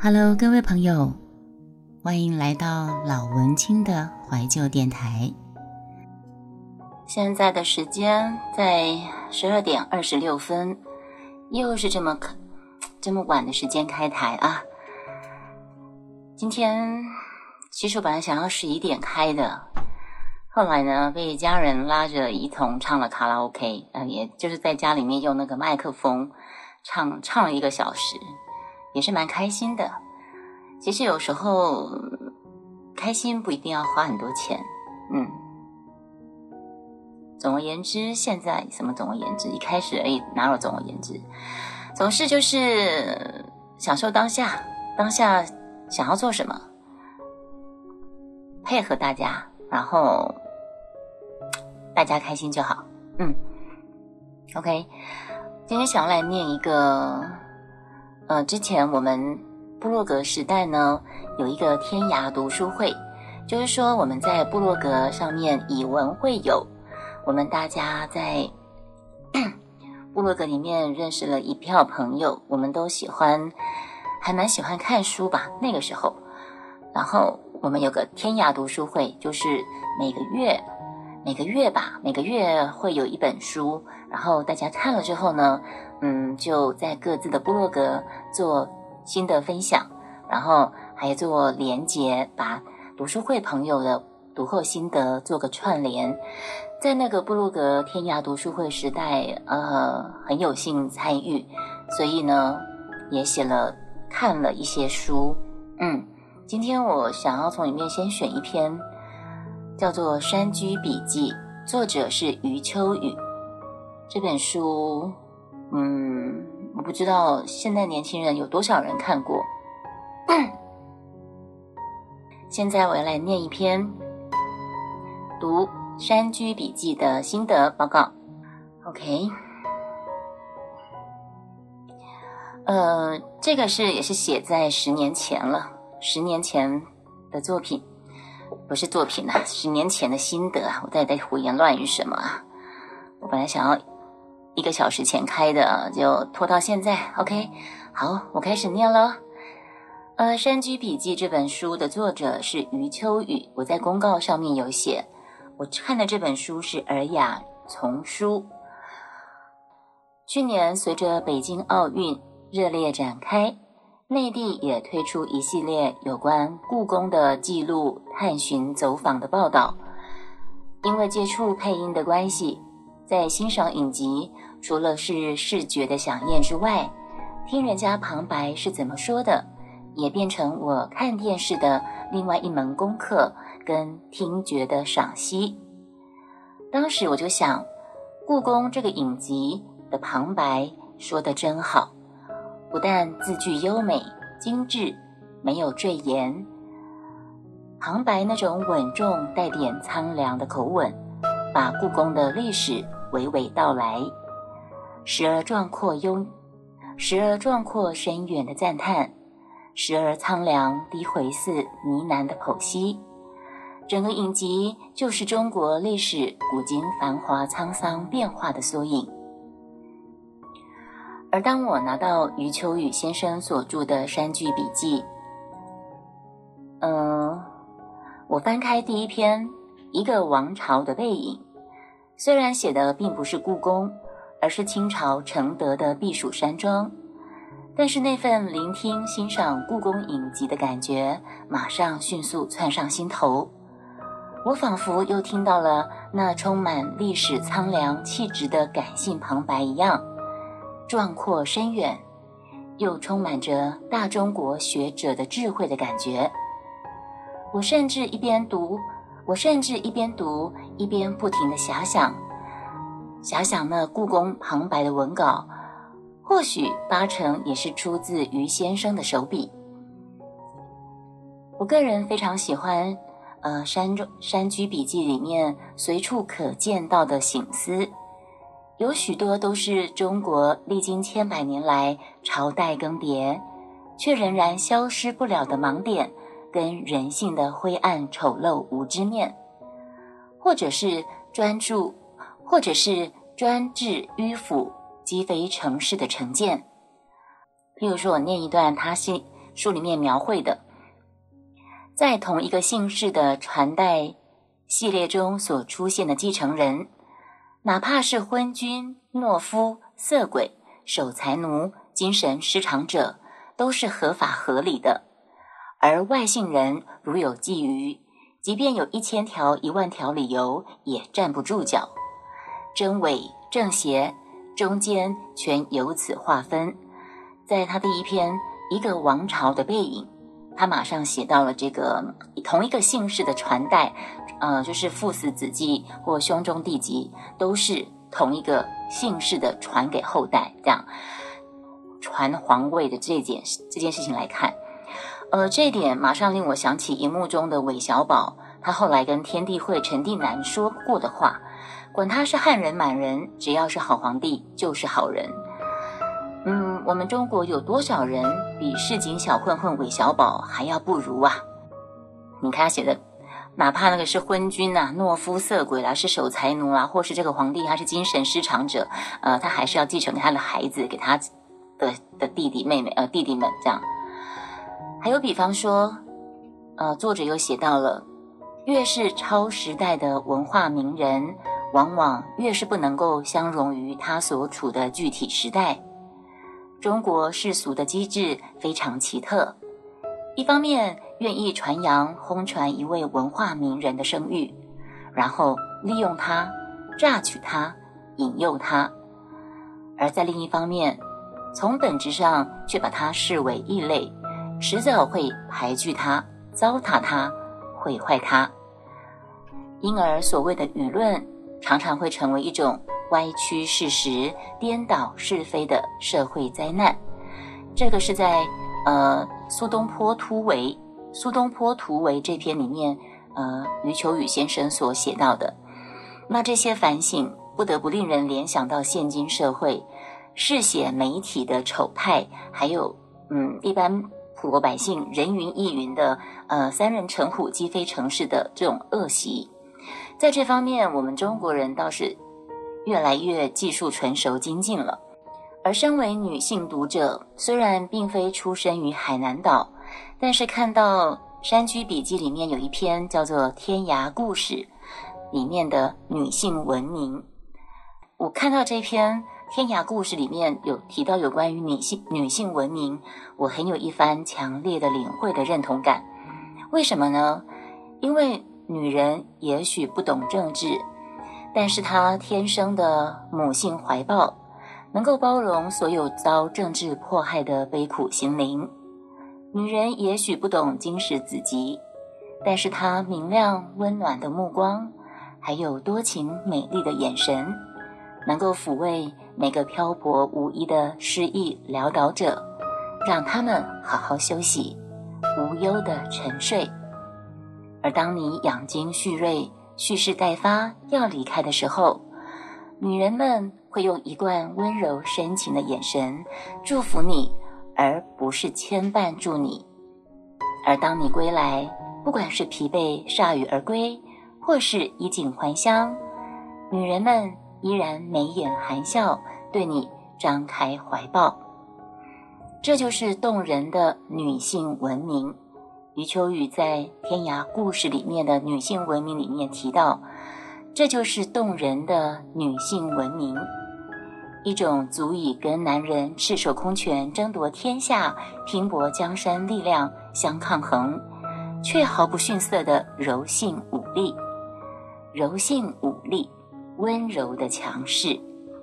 Hello， 各位朋友，欢迎来到老文青的怀旧电台。现在的时间在12点26分，又是这么晚的时间开台啊。今天其实我本来想要11点开的，后来呢被家人拉着一同唱了卡拉 OK， 也就是在家里面用那个麦克风唱了1个小时，也是蛮开心的。其实有时候开心不一定要花很多钱，总而言之，现在什么总而言之，一开始而已，哪有总而言之，总是就是享受当下想要做什么，配合大家，然后大家开心就好。OK， 今天想要来念一个之前我们部落格时代呢有一个天涯读书会，就是说我们在部落格上面以文会友，我们大家在部落格里面认识了一票朋友，我们都还蛮喜欢看书吧那个时候，然后我们有个天涯读书会，就是每个月会有一本书，然后大家看了之后呢就在各自的部落格做新的分享，然后还做连结，把读书会朋友的读后心得做个串联。在那个部落格天涯读书会时代很有幸参与，所以呢也看了一些书。今天我想要从里面先选一篇叫做《山居笔记》，作者是余秋雨。这本书我不知道现在年轻人有多少人看过。现在我要来念一篇读《山居笔记》的心得报告。 OK， 这个也是写在10年前了，10年前的作品，不是作品10年前的心得我在胡言乱语什么我本来想要1个小时前开的，就拖到现在。 OK， 好，我开始念了。山居笔记这本书的作者是余秋雨，我在公告上面有写，我看的这本书是尔雅丛书。去年随着北京奥运热烈展开，内地也推出一系列有关故宫的记录、探寻、走访的报道。因为接触配音的关系，在欣赏影集除了是视觉的响应之外，听人家旁白是怎么说的，也变成我看电视的另外一门功课跟听觉的赏析。当时我就想，故宫这个影集的旁白说得真好，不但字句优美精致，没有赘言，旁白那种稳重带点苍凉的口吻，把故宫的历史娓娓道来，时而壮阔深远的赞叹，时而苍凉低回似呢喃的剖析。整个影集就是中国历史古今繁华沧桑变化的缩影。而当我拿到余秋雨先生所著的《山居笔记》，我翻开第一篇《一个王朝的背影》，虽然写的并不是故宫，而是清朝承德的避暑山庄，但是那份聆听欣赏故宫影集的感觉马上迅速窜上心头。我仿佛又听到了那充满历史苍凉气质的感性旁白一样，壮阔深远，又充满着大中国学者的智慧的感觉。我甚至一边读一边不停地遐想那故宫旁白的文稿，或许80%也是出自余先生的手笔。我个人非常喜欢山居笔记里面随处可见到的省思，有许多都是中国历经千百年来朝代更迭，却仍然消失不了的盲点跟人性的灰暗丑陋无知面，或者是专制迂腐积非成是的成见。譬如说我念一段他书里面描绘的。在同一个姓氏的传代系列中所出现的继承人，哪怕是昏君、懦夫、色鬼、守财奴、精神失常者，都是合法合理的。而外姓人如有觊觎，即便有1000条、10000条理由，也站不住脚。真伪正邪中间全由此划分。在他第一篇《一个王朝的背影》，他马上写到了这个同一个姓氏的传代，就是父死子继或兄终弟及，都是同一个姓氏的传给后代，这样传皇位的这件事情来看，这一点马上令我想起荧幕中的韦小宝，他后来跟天地会陈定南说过的话，管他是汉人满人，只要是好皇帝就是好人。我们中国有多少人比市井小混混韦小宝还要不如啊？你看他写的，哪怕那个是昏君啊、懦夫、色鬼啦，是守财奴啦，或是这个皇帝他是精神失常者，他还是要继承给他的孩子，给他的弟弟妹妹弟弟们这样。还有比方说，作者又写到了，越是超时代的文化名人，往往越是不能够相容于他所处的具体时代。中国世俗的机制非常奇特，一方面愿意传扬轰传一位文化名人的声誉，然后利用他、榨取他、引诱他；而在另一方面，从本质上却把他视为异类，迟早会排拒他、糟蹋他、毁坏他。因而所谓的舆论常常会成为一种歪曲事实、颠倒是非的社会灾难。这个是在苏东坡突围这篇里面余秋雨先生所写到的。那这些反省不得不令人联想到现今社会嗜血媒体的丑态，还有一般普罗百姓人云亦云的三人成虎鸡飞城市的这种恶习。在这方面，我们中国人倒是越来越技术纯熟精进了。而身为女性读者，虽然并非出生于海南岛，但是看到《山居笔记》里面有一篇叫做《天涯故事》里面的女性文明，我看到这篇《天涯故事》里面有提到有关于女性文明，我很有一番强烈的领会的认同感。为什么呢？因为女人也许不懂政治，但是她天生的母性怀抱能够包容所有遭政治迫害的悲苦心灵。女人也许不懂经史子集，但是她明亮温暖的目光，还有多情美丽的眼神，能够抚慰每个漂泊无依的失意潦倒者，让他们好好休息，无忧的沉睡。而当你养精蓄锐、蓄势待发要离开的时候，女人们会用一贯温柔深情的眼神祝福你，而不是牵绊住你。而当你归来，不管是疲惫铩羽而归，或是衣锦还乡，女人们依然眉眼含笑，对你张开怀抱。这就是动人的女性文明。余秋雨在《天涯故事》里面的女性文明里面提到，这就是动人的女性文明，一种足以跟男人赤手空拳争夺天下、拼搏江山力量相抗衡，却毫不逊色的柔性武力。柔性武力，温柔的强势。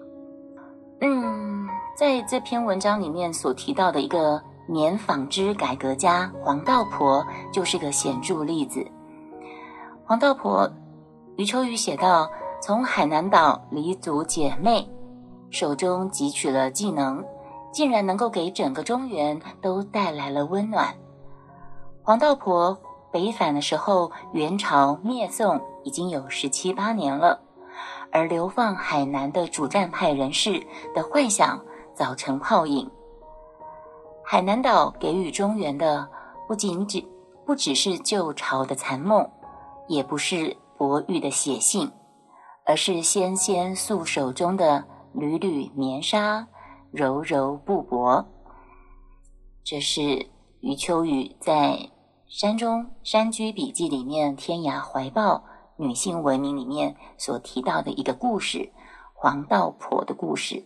在这篇文章里面所提到的一个棉纺织改革家黄道婆就是个显著例子。黄道婆，余秋雨写道，从海南岛黎族姐妹手中汲取了技能，竟然能够给整个中原都带来了温暖。黄道婆北返的时候，元朝灭宋已经有17、18年了，而流放海南的主战派人士的幻想早成泡影。海南岛给予中原的不只是旧朝的残梦，也不是薄玉的写信，而是纤纤素手中的缕缕棉纱，柔柔布帛。这是余秋雨在《山居笔记》里面《天涯怀抱女性文明》里面所提到的一个故事，黄道婆的故事。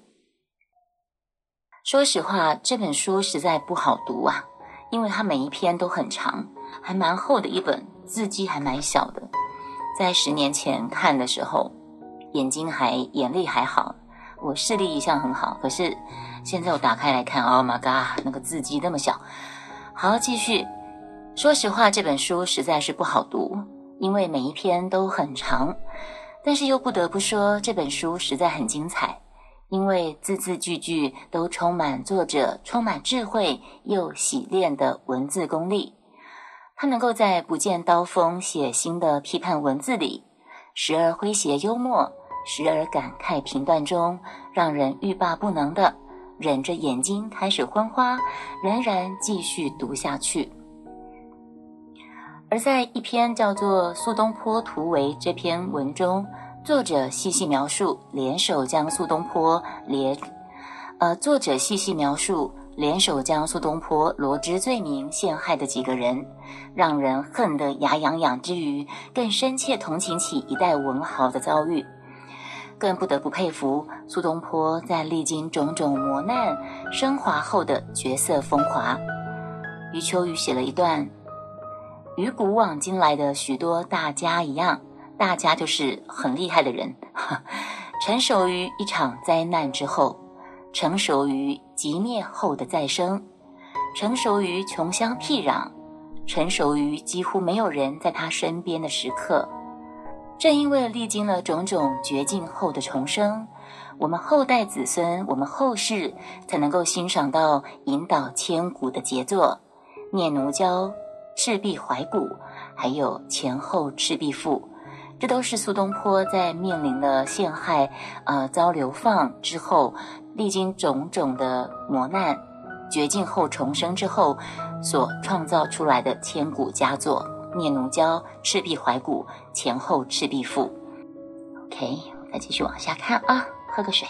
说实话，这本书实在不好读啊，因为它每一篇都很长，还蛮厚的一本，字迹还蛮小的。在10年前看的时候，眼力还好，我视力一向很好，可是现在我打开来看 ，Oh my god， 那个字迹那么小。好，继续。说实话，这本书实在是不好读，因为每一篇都很长，但是又不得不说，这本书实在很精彩，因为字字句句都充满作者充满智慧又洗练的文字功力。他能够在不见刀锋血腥的批判文字里，时而诙谐幽默，时而感慨评断中，让人欲罢不能的忍着眼睛开始昏花，仍然继续读下去。而在一篇叫做《苏东坡突围》这篇文中，作者细细描述联手将苏东坡罗织罪名陷害的几个人，让人恨得牙痒痒之余，更深切同情起一代文豪的遭遇。更不得不佩服苏东坡在历经种种磨难升华后的绝色风华。余秋雨写了一段，与古往今来的许多大家一样，大家就是很厉害的人，成熟于一场灾难之后，成熟于寂灭后的再生，成熟于穷乡僻壤，成熟于几乎没有人在他身边的时刻。正因为历经了种种绝境后的重生，我们后代子孙，我们后世才能够欣赏到引导千古的杰作《念奴娇》《赤壁怀古》，还有《前后赤壁赋》。这都是苏东坡在面临了陷害遭流放之后，历经种种的磨难绝境后重生之后所创造出来的千古佳作《念奴娇》《赤壁怀古》《前后赤壁赋》。 OK， 再继续往下看啊，喝个水。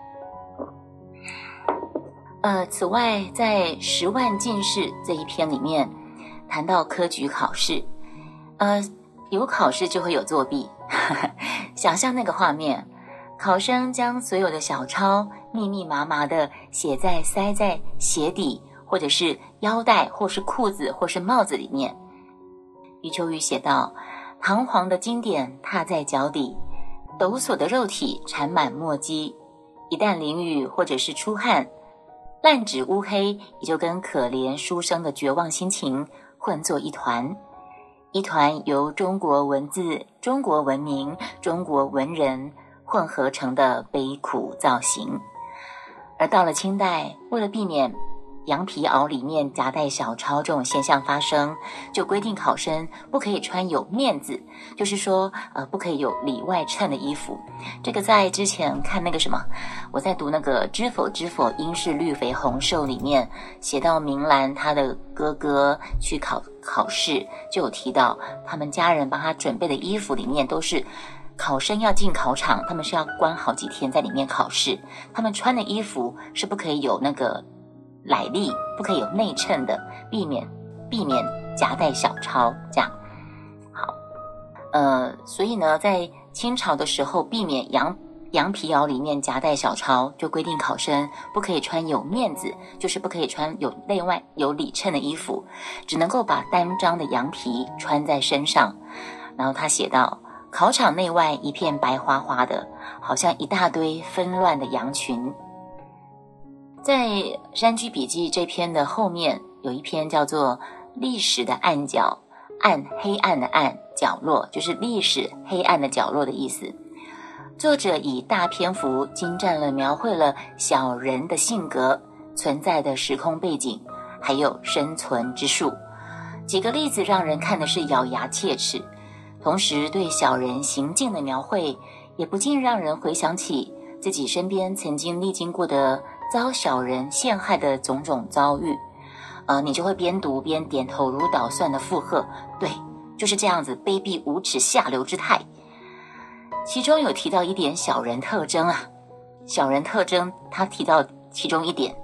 此外，在《10万进士》这一篇里面谈到科举考试，有考试就会有作弊想象那个画面，考生将所有的小抄密密麻麻的塞在鞋底，或者是腰带，或是裤子，或是帽子里面。余秋雨写道，堂皇的经典踏在脚底，抖擞的肉体缠满墨迹，一旦淋雨或者是出汗，烂纸乌黑也就跟可怜书生的绝望心情混作一团，一团由中国文字、中国文明、中国文人混合成的悲苦造型。而到了清代，为了避免羊皮袄里面夹带小抄这种现象发生，就规定考生不可以穿有面子，就是说不可以有里外衬的衣服。这个在之前看那个什么，我在读那个知否知否应是绿肥红瘦里面写到明兰她的哥哥去考试，就有提到他们家人帮他准备的衣服里面都是考生要进考场，他们是要关好几天在里面考试，他们穿的衣服是不可以有那个来历，不可以有内衬的，避免夹带小抄这样。好，所以呢，在清朝的时候，避免羊皮袄里面夹带小抄，就规定考生不可以穿有面子，就是不可以穿有内外有里衬的衣服，只能够把单张的羊皮穿在身上。然后他写道，考场内外一片白花花的，好像一大堆纷乱的羊群。在《山居笔记》这篇的后面有一篇叫做历史的暗角，黑暗的暗，角落就是历史黑暗的角落的意思。作者以大篇幅精湛地描绘了小人的性格、存在的时空背景，还有生存之术。几个例子让人看的是咬牙切齿，同时对小人行径的描绘也不禁让人回想起自己身边曾经历经过的遭小人陷害的种种遭遇。你就会边读边点头如捣蒜的附和，对，就是这样子卑鄙无耻下流之态。其中有提到一点小人特征啊，小人特征他提到其中一点，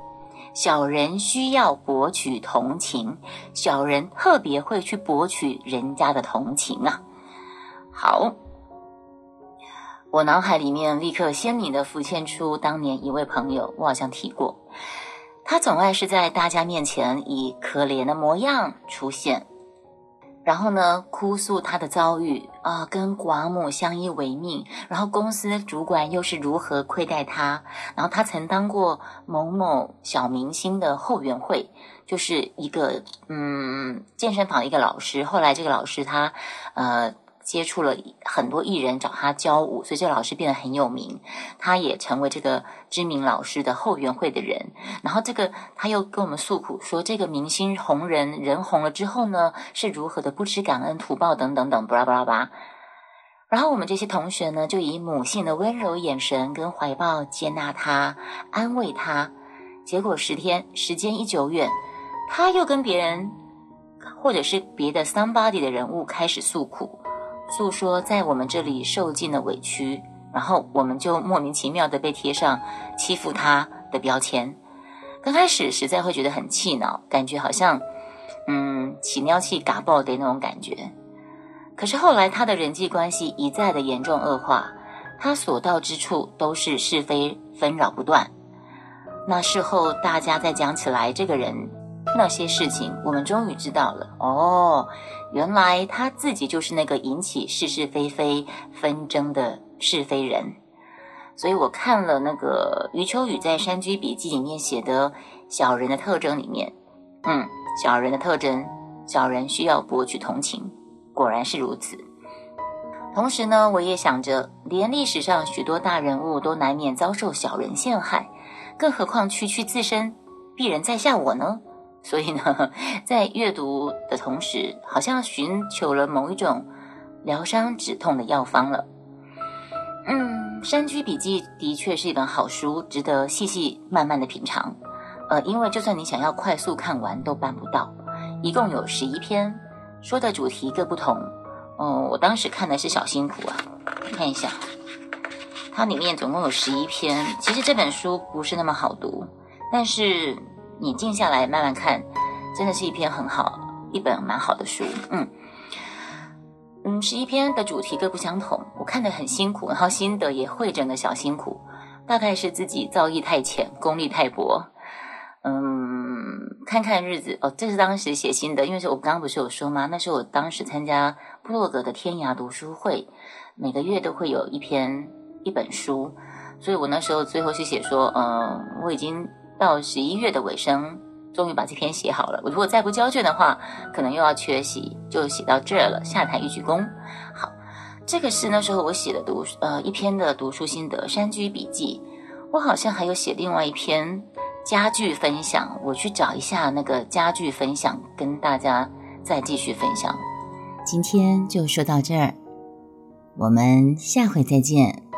小人需要博取同情，小人特别会去博取人家的同情啊。好，我脑海里面立刻鲜明地浮现出当年一位朋友，我好像提过，他总爱是在大家面前以可怜的模样出现，然后呢，哭诉他的遭遇啊，跟寡母相依为命，然后公司主管又是如何亏待他，然后他曾当过某某小明星的后援会，就是一个健身房的一个老师，后来这个老师他接触了很多艺人找他教舞，所以这个老师变得很有名，他也成为这个知名老师的后援会的人。然后他又跟我们诉苦说，这个明星红人红了之后呢，是如何的不知感恩图报等等等巴拉巴拉巴。然后我们这些同学呢，就以母性的温柔眼神跟怀抱接纳他，安慰他。结果时间一久远，他又跟别人或者是别的 somebody 的人物开始诉苦，诉说在我们这里受尽了委屈，然后我们就莫名其妙的被贴上欺负他的标签。刚开始实在会觉得很气恼，感觉好像起尿气嘎爆的那种感觉。可是后来他的人际关系一再的严重恶化，他所到之处都是是非纷扰不断。那事后大家再讲起来这个人那些事情，我们终于知道了，原来他自己就是那个引起是是非非纷争的是非人。所以我看了那个余秋雨在《山居笔记》里面写的小人的特征里面，小人的特征，小人需要博取同情，果然是如此。同时呢，我也想着，连历史上许多大人物都难免遭受小人陷害，更何况区区自身鄙人在下我呢？所以呢，在阅读的同时，好像寻求了某一种疗伤止痛的药方了。《山居笔记》的确是一本好书，值得细细慢慢的品尝。因为就算你想要快速看完都办不到，一共有11篇，说的主题各不同。我当时看的是小辛苦啊，看一下，它里面总共有11篇。其实这本书不是那么好读，但是你静下来慢慢看，真的是一本蛮好的书。11篇的主题各不相同，我看得很辛苦，然后心得也汇整的小辛苦，大概是自己造诣太浅，功力太薄。看看日子这是当时写心得，因为我刚刚不是有说吗？那是我当时参加部落格的天涯读书会，每个月都会有一本书，所以我那时候最后是写说，我已经到11月的尾声，终于把这篇写好了。我如果再不交卷的话，可能又要缺席，就写到这儿了，下台一鞠躬。好，这个是那时候我写的一篇的读书心得《山居笔记》。我好像还有写另外一篇家具分享，我去找一下那个家具分享，跟大家再继续分享。 今天就说到这儿，我们下回再见。